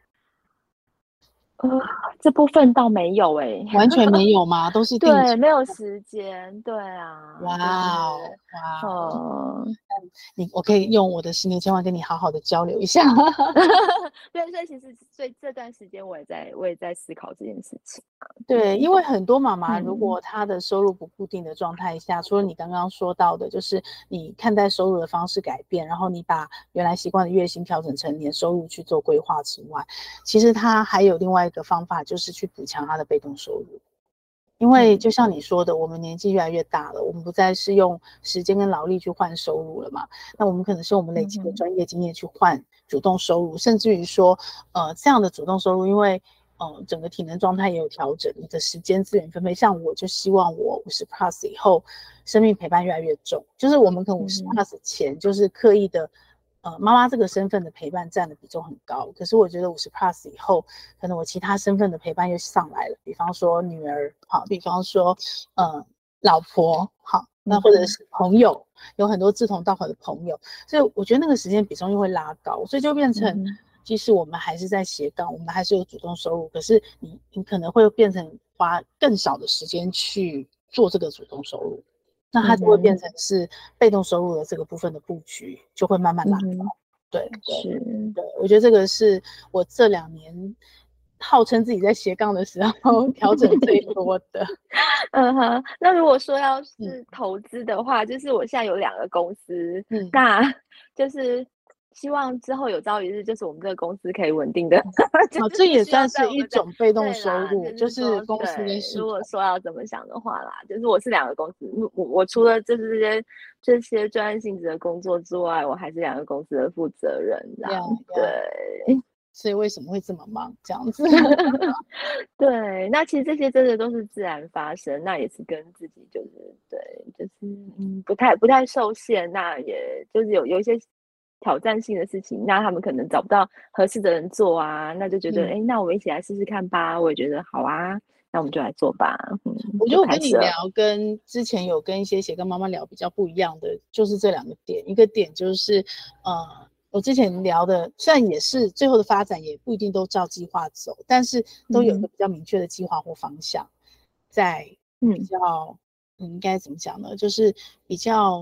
呃，这部分倒没有哎、欸， 完全没有吗？都是定对，没有时间，对啊， 哇哦，哇哦， 你我可以用我的十年千万跟你好好的交流一下。 对，所以其实所以这段时间我也在我也在思考这件事情。 对，因为很多妈妈如果她的收入不固定的状态下，嗯、除了你刚刚说到的，就是你看待收入的方式改变，然后你把原来习惯的月薪调整成年收入去做规划之外，其实她还有另外一个方法，就是去补强她的被动收入。因为就像你说的，我们年纪越来越大了，我们不再是用时间跟劳力去换收入了嘛，那我们可能是我们累积的专业经验去换主动收入，嗯、甚至于说呃这样的主动收入，因为呃整个体能状态也有调整，你的时间资源分配，像我就希望我五十 plus 以后生命陪伴越来越重，就是我们可能五十 plus 前就是刻意的呃，妈妈这个身份的陪伴占的比重很高，可是我觉得五十 plus 以后，可能我其他身份的陪伴又上来了，比方说女儿，好，比方说呃老婆，好，那或者是朋友，嗯、有很多志同道合的朋友，所以我觉得那个时间比重又会拉高，所以就变成，嗯、即使我们还是在斜杠，我们还是有主动收入，可是你你可能会变成花更少的时间去做这个主动收入。那它就会变成是被动收入的这个部分的布局就会慢慢拉高，嗯、对对对，我觉得这个是我这两年号称自己在斜杠的时候调整最多的。 嗯哼，那如果说要是投资的话，嗯、就是我现在有两个公司，嗯，那就是希望之后有朝一日，就是我们这个公司可以稳定的， 哦，这也算是一种被动收入，就 是, 就是公司的。 如果说要怎么想的话啦，就是我是两个公司，我我除了就是这些这些专业性质的工作之外，我还是两个公司的负责人，这样 yeah, 对。 Yeah. 所以为什么会这么忙这样子？ 对，那其实这些真的都是自然发生，那也是跟自己就是对，就是嗯不太不太受限，那也就是有有一些挑战性的事情，那他们可能找不到合适的人做啊，那就觉得哎、嗯，那我们一起来试试看吧。我也觉得好啊，那我们就来做吧。嗯， 我觉得我跟你聊，跟之前有跟一些斜杠妈妈聊比较不一样的，就是这两个点。一个点就是呃。我之前聊的虽然也是最后的发展也不一定都照计划走，但是都有一个比较明确的计划或方向，在比较嗯应该怎么讲呢，就是比较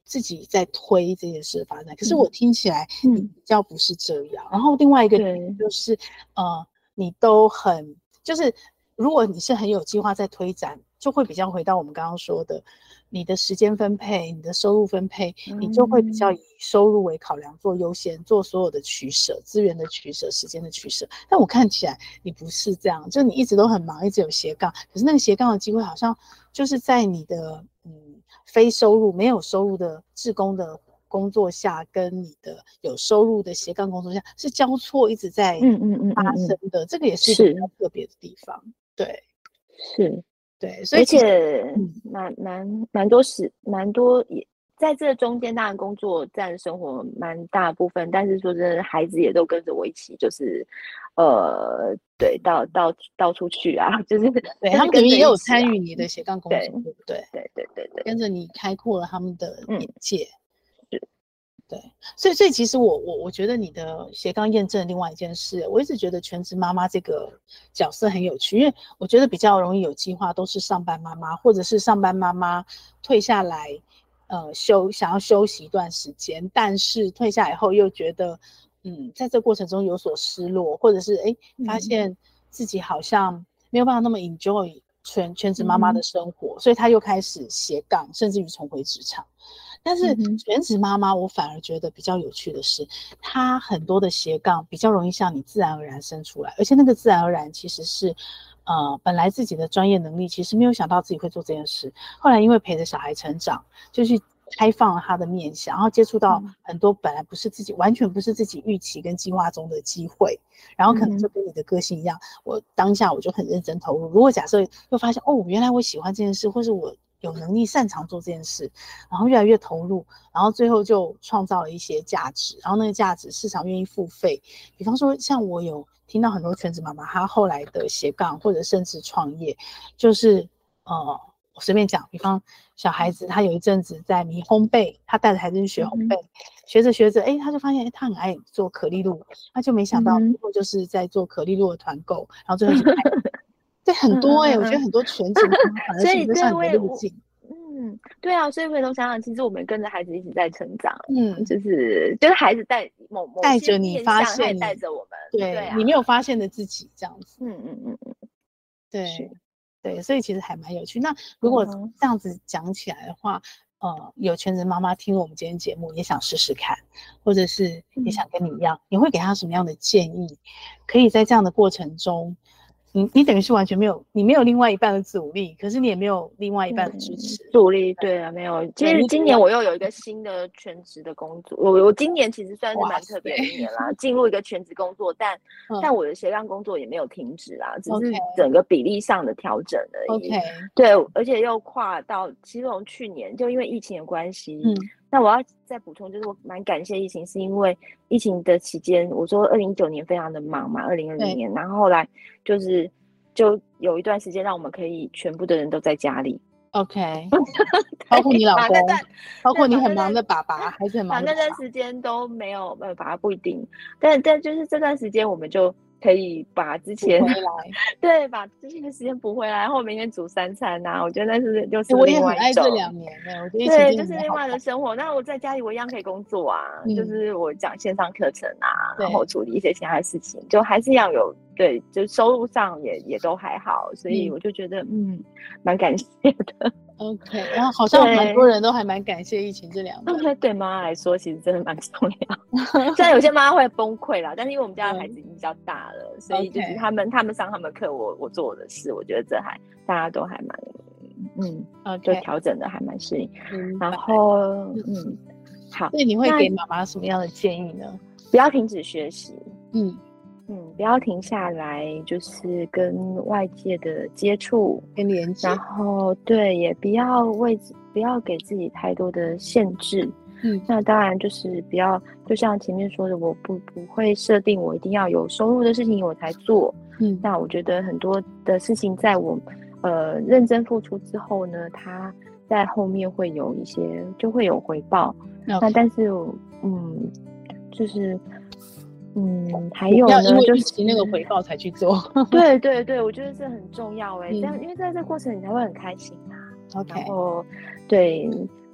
自己在推这件事发展。可是我听起来嗯你比较不是这样。然后另外一个就是呃，你都很就是如果你是很有计划在推展，就会比较回到我们刚刚说的，你的时间分配、你的收入分配，你就会比较以收入为考量，做优先，做所有的取舍，资源的取舍，时间的取舍。但我看起来你不是这样，就你一直都很忙，一直有斜杠，可是那个斜杠的机会好像就是在你的嗯非收入、没有收入的志工的工作下，跟你的有收入的斜杠工作下是交错一直在发生的，嗯嗯嗯嗯这个也是一个比较特别的地方。对， 是。 对，所以而且蛮蛮蛮多时蛮多也在这中间，当然工作占生活蛮大部分，但是说真的，孩子也都跟着我一起，就是呃，对，到到到处去啊，就是对他们等于也有参与你的斜杠工作，对不对？ 对对对对， 跟着你开阔了他们的眼界。嗯对，所以所以其实我我我觉得你的斜杠验证另外一件事，我一直觉得全职妈妈这个角色很有趣，因为我觉得比较容易有计划都是上班妈妈，或者是上班妈妈退下来，呃休想要休息一段时间，但是退下来后又觉得，嗯，在这过程中有所失落，或者是哎发现自己好像没有办法那么 enjoy 全全职妈妈的生活，嗯、所以他又开始斜杠，甚至于重回职场。但是全职妈妈，我反而觉得比较有趣的是，她很多的斜杠比较容易像你自然而然生出来，而且那个自然而然其实是，呃，本来自己的专业能力其实没有想到自己会做这件事，后来因为陪着小孩成长，就去开放了他的面向，然后接触到很多本来不是自己完全不是自己预期跟计划中的机会，然后可能就跟你的个性一样，我当下我就很认真投入。如果假设又发现哦，原来我喜欢这件事，或是我有能力擅长做这件事，然后越来越投入，然后最后就创造了一些价值，然后那个价值市场愿意付费。比方说像我有听到很多全职妈妈她后来的斜杠或者甚至创业，就是呃我随便讲，比方小孩子他有一阵子在迷烘焙，他带着孩子去学烘焙，嗯、学着学着哎他就发现他很爱做可丽露，他就没想到最后就是在做可丽露的团购，然后最后就对，很多哎、欸，我觉得很多全职妈妈反而是不是像你的路径。 嗯，对啊，所以回头想想，其实我们跟着孩子一起在成长，嗯，就是就是孩子带某某带着你发现你， 带着我们， 对， 对啊， 你没有发现的自己这样子， 嗯嗯嗯嗯， 对对，所以其实还蛮有趣。那如果这样子讲起来的话，嗯、呃，有全职妈妈听我们今天节目也想试试看，或者是也想跟你一样，嗯、你会给他什么样的建议？可以在这样的过程中。你你等于是完全没有，你没有另外一半的阻力，可是你也没有另外一半的支持。 嗯、阻力对啊，没有。其实今年我又有一个新的全职的工作，我我今年其实算是蛮特别的一年啦，进入一个全职工作，但、嗯、但我的斜杠工作也没有停止啦，只是整个比例上的调整而已。 Okay. 对，而且又跨到，其实从去年就因为疫情的关系。嗯，那我要再补充，就是我蛮感谢疫情，是因为疫情的期间，我说二零一九年非常的忙嘛，二零二零年，然后后来就是就有一段时间让我们可以全部的人都在家里 ，OK， 包括你老公，包括你很忙的爸爸，还是很忙的爸爸， 那段时间都没有办法，不一定，但但就是这段时间我们就。可以把之前回来， 对，把之前的时间补回来，然后每天煮三餐啊，我觉得那是就是另外一种。我也很爱这两年呢，我觉得对，就是另外的生活。那我在家里我一样可以工作啊，嗯、就是我讲线上课程啊，然后处理一些其他的事情，就还是要有对，就收入上也也都还好，所以我就觉得嗯，蛮感谢的。 OK， 然后好像蛮多人都还蛮感谢疫情这两年。 对，对妈妈来说其实真的蛮重要。虽然有些妈妈会崩溃啦，但是因为我们家的孩子已经比较大了，嗯、所以就是他们、okay. 他们上他们课，我我做我的事，我觉得这还大家都还蛮嗯， okay. 就调整的还蛮适应。嗯、然后嗯，好， 所以你会给妈妈什么样的建议呢？ 不要停止学习。 嗯。 嗯，不要停下来，就是跟外界的接触跟连接， 然后对，也不要为不要给自己太多的限制。嗯，那当然就是不要，就像前面说的，我不不会设定我一定要有收入的事情我才做。嗯，那我觉得很多的事情在我呃认真付出之后呢，它在后面会有一些就会有回报。Okay. 那但是嗯，就是。嗯，还有呢， 就是那个回报才去做。 对对对，我觉得这很重要哎、欸，这样、嗯、因为在这个过程你才会很开心啊。 OK， 然后对，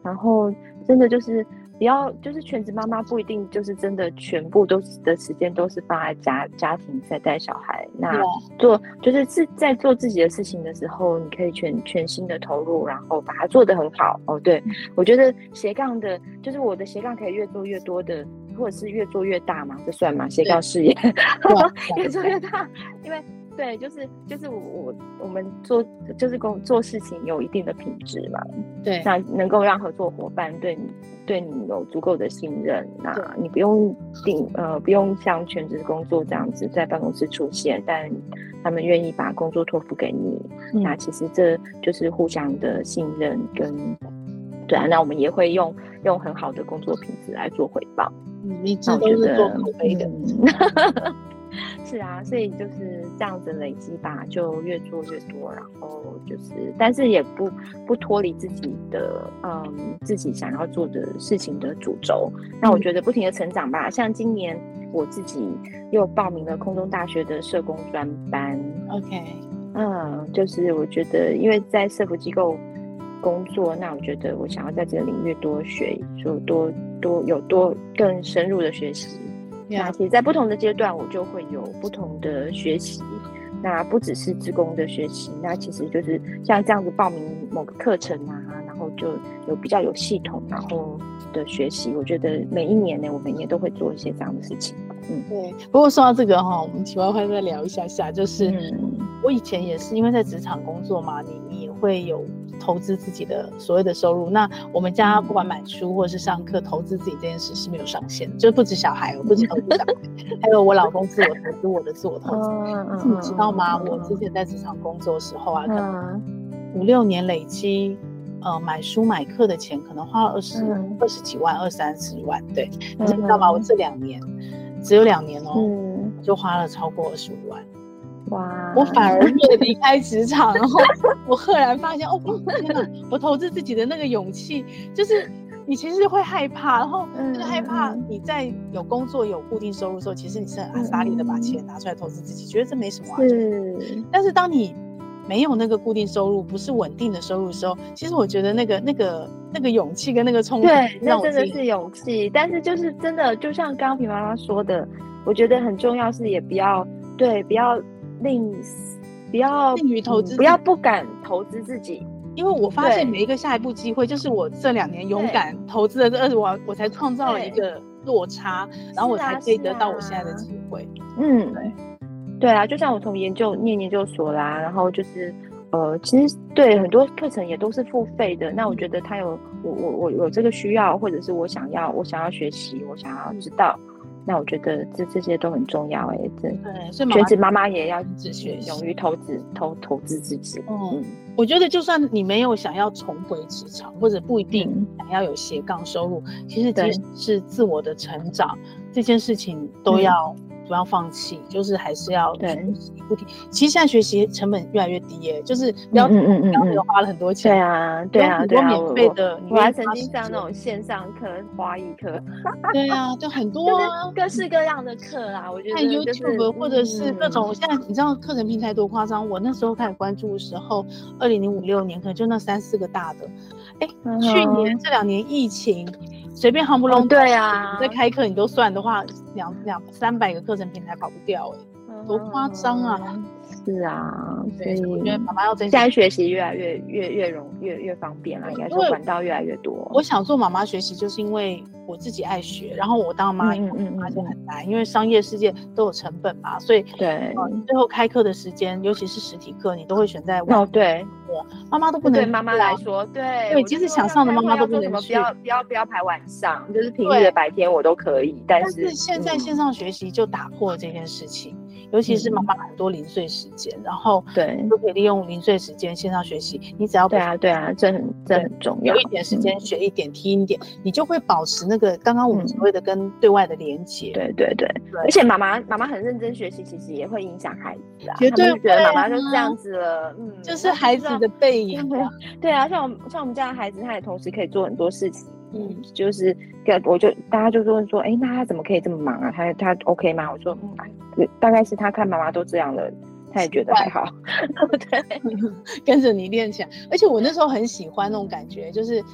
然后真的就是不要，就是全职妈妈不一定就是真的全部都是的时间都是放在家家庭在带小孩。那做就是自在做自己的事情的时候，你可以全全心的投入，然后把它做得很好。哦，对，嗯、我觉得斜杠的，就是我的斜杠可以越做越多的，或者是越做越大嘛，这算吗？斜杠事业越做越大，因为。对，就是就是我我们做就是工做事情有一定的品质嘛， 对， 那能够让合作伙伴对你对你有足够的信任，那你不用定呃不用像全职工作这样子在办公室出现，但他们愿意把工作托付给你，嗯、那其实这就是互相的信任跟对啊，那我们也会用用很好的工作品质来做回报， 嗯，一直都是做口碑的。 嗯是啊，所以就是这样子累积吧，就越做越多，然后就是，但是也不不脱离自己的嗯自己想要做的事情的主轴。那我觉得不停的成长吧，像今年我自己又报名了空中大学的社工专班。 OK， 嗯，就是我觉得因为在社福机构工作，那我觉得我想要在这个领域多学，就多多有多更深入的学习。那其实在不同的阶段我就会有不同的学习，那不只是志工的学习，那其实就是像这样子报名某个课程啊，然后就有比较有系统然后的学习，我觉得每一年呢我每年都会做一些这样的事情。 嗯，对。不过说到这个哈，我们题外话再聊一下下，就是、嗯、我以前也是因为在职场工作嘛，你你也会有投资自己的所谓的收入。那我们家不管买书或者是上课，投资自己这件事是没有上限的，就不止小孩，我不止投资小孩，还有我老公自我投资，我的自我投资。嗯、你知道吗？我之前在职场工作的时候啊，可能五六年累积。呃，买书买课的钱可能花了二十二十几万，二三十万，对。可是你知道吗？我这两年只有两年哦，嗯、就花了超过二十五万。哇！我反而越离开职场，然后我赫然发现，哦，天哪！我投资自己的那个勇气，就是你其实会害怕，然后那个害怕你在有工作有固定收入的时候，其实你是很阿萨利的把钱拿出来投资自己，觉得这没什么啊。是。但是当你没有那个固定收入，不是稳定的收入的时候，其实我觉得那个那个那个勇气跟那个冲动， 对，那真的是勇气。但是就是真的，就像刚刚平妈妈说的，我觉得很重要是也不要对，不要吝，不要吝于投资、嗯， 不要不敢投资自己。 因为我发现每一个下一步机会，就是我这两年勇敢投资的这二十万，我才创造了一个落差，然后我才可以得到我现在的机会。啊、 嗯，对。对啊，就像我从研究念研究所啦，然后就是呃，其实对很多课程也都是付费的。那我觉得他有我我我有这个需要，或者是我想要我想要学习，我想要知道，嗯、那我觉得这这些都很重要哎、欸，这对，所以全职妈妈也要自学， 勇于投资投投资自己。 嗯，嗯我觉得就算你没有想要重回职场，或者不一定想要有斜杠收入，嗯、其实即使是自我的成长这件事情都要。嗯不要放弃，就是还是要学习不停。其实现在学习成本越来越低耶，就是不要嗯嗯嗯花了很多钱。 对啊，对啊，对啊， 免费的， 我还曾经上那种线上课、花艺课。 对啊，就很多啊， 各式各样的课啦。我觉得、就是、 看 YouTube 或者是各种，嗯、现在你知道课程平台多夸张？我那时候开始关注的时候，二零零五六年可能就那三四个大的。哎，嗯、去年这两年疫情。随便夯不隆， 对啊， 在开课你都算的话，两两三百个课程平台跑不掉哎、欸，多夸张啊！ 是啊， 对，所以我觉得妈妈要珍惜。 现在学习越来越越越容越越方便了，应该说管道越来越多。 我想做妈妈学习，就是因为我自己爱学，然后我当妈以后发现很难，嗯嗯嗯因为商业世界都有成本嘛，所以对、呃， 最后开课的时间，尤其是实体课，你都会选在哦对， 妈妈都不能对妈妈来说，对对，即使想上的妈妈都不能去， 不要不要不要排晚上，就是平日的白天我都可以，但是但是现在线上学习就打破了这件事情。尤其是妈妈很多零碎时间，然后对都可以利用零碎时间线上学习。你只要对啊对啊，这很这很重要。 有一点时间学一点、听一点，你就会保持那个刚刚我们所谓的跟对外的连接。 对对对，而且妈妈妈妈很认真学习，其实也会影响孩子啊。 绝对会觉得妈妈就这样子了，嗯， 就是孩子的背影。 对啊，像我像我们家的孩子，他也同时可以做很多事情。嗯，就是我就大家就问说，哎、欸，那他怎么可以这么忙啊？他他 OK 吗？我说，嗯，大概是他看妈妈都这样了，他也觉得还好。对， 跟着你练起来。而且我那时候很喜欢那种感觉，就是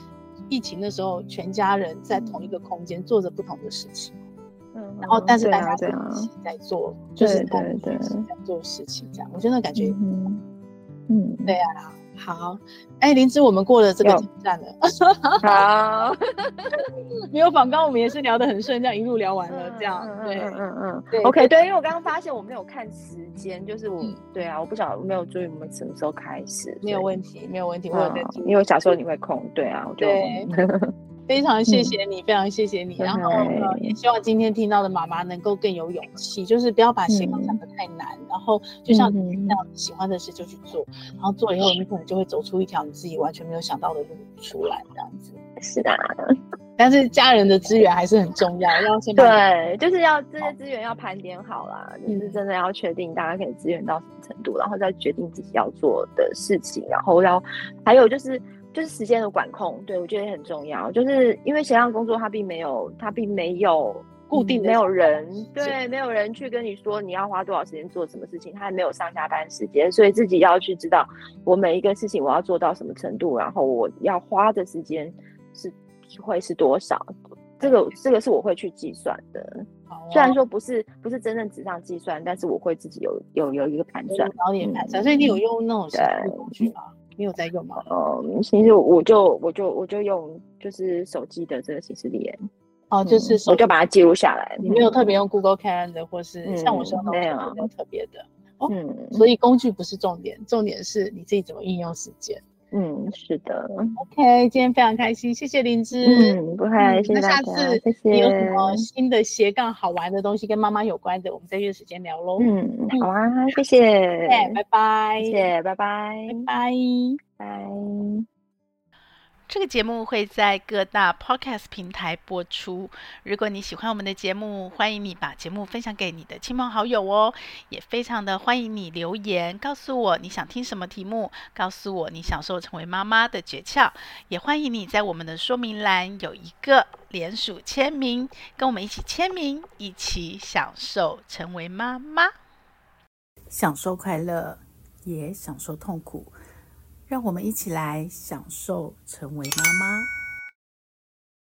疫情的时候，全家人在同一个空间做着不同的事情， 嗯， 然后但是大家对啊一起在做，就是对对对在做事情，这样我觉得那感觉， 嗯嗯， 对啊。好，哎，灵芝，我们过了这个挑战了。 好， 没有访纲，我们也是聊得很顺，这样一路聊完了，这样，对， 嗯嗯嗯对 ，OK，对，因为我刚刚发现我没有看时间，就是我， 嗯对啊，我不晓得，我没有注意我们什么时候开始， 没有问题，没有问题，我有在注意， 因为我小时候你会空，对啊，我就对。非常谢谢你，嗯、非常谢谢你。然后、呃、也希望今天听到的妈妈能够更有勇气，就是不要把斜杠想得太难。嗯、然后就像你这样喜欢的事就去做，嗯、然后做了以后，你可能就会走出一条你自己完全没有想到的路出来，这样子。 是的。 但是家人的资源还是很重要，要先对，就是要这些资源要盘点好啦，嗯、就是真的要确定大家可以资源到什么程度，然后再决定自己要做的事情，然后要还有就是。就是时间的管控，对我觉得也很重要。就是因为斜杠工作，它并没有，它并没有固定的， 没有人对，没有人去跟你说你要花多少时间做什么事情，他还没有上下班时间，所以自己要去知道我每一个事情我要做到什么程度，然后我要花的时间是会是多少。这个这个是我会去计算的。虽然说不是不是真正纸上计算，但是我会自己有有有一个盘算， 有点盘算。嗯、所以你有用那种实际工具吗？你有在用吗？ 嗯，其实我就我就我就用就是手机的这个行事历耶。 哦，就是、嗯、 我就把它记录下来。 你没有特别用 Google Calendar 或是、嗯、像我说那种没有特别的。哦、 嗯， 所以工具不是重点，重点是你自己怎么运用时间。 嗯，是的。 OK， 今天非常开心，谢谢灵芝。 嗯，不会， 嗯、 谢谢大家。 那下次谢谢。 你有什么新的斜杠好玩的东西跟妈妈有关的，我们再约时间聊咯。 嗯，好啊，谢谢。 拜拜。 谢谢，拜拜。 拜拜。 拜。 这个节目会在各大 Podcast 平台播出。如果你喜欢我们的节目，欢迎你把节目分享给你的亲朋好友哦。也非常的欢迎你留言，告诉我你想听什么题目，告诉我你享受成为妈妈的诀窍。也欢迎你在我们的说明栏有一个联署签名，跟我们一起签名，一起享受成为妈妈。 享受快乐，也享受痛苦。让我们一起来享受成为妈妈。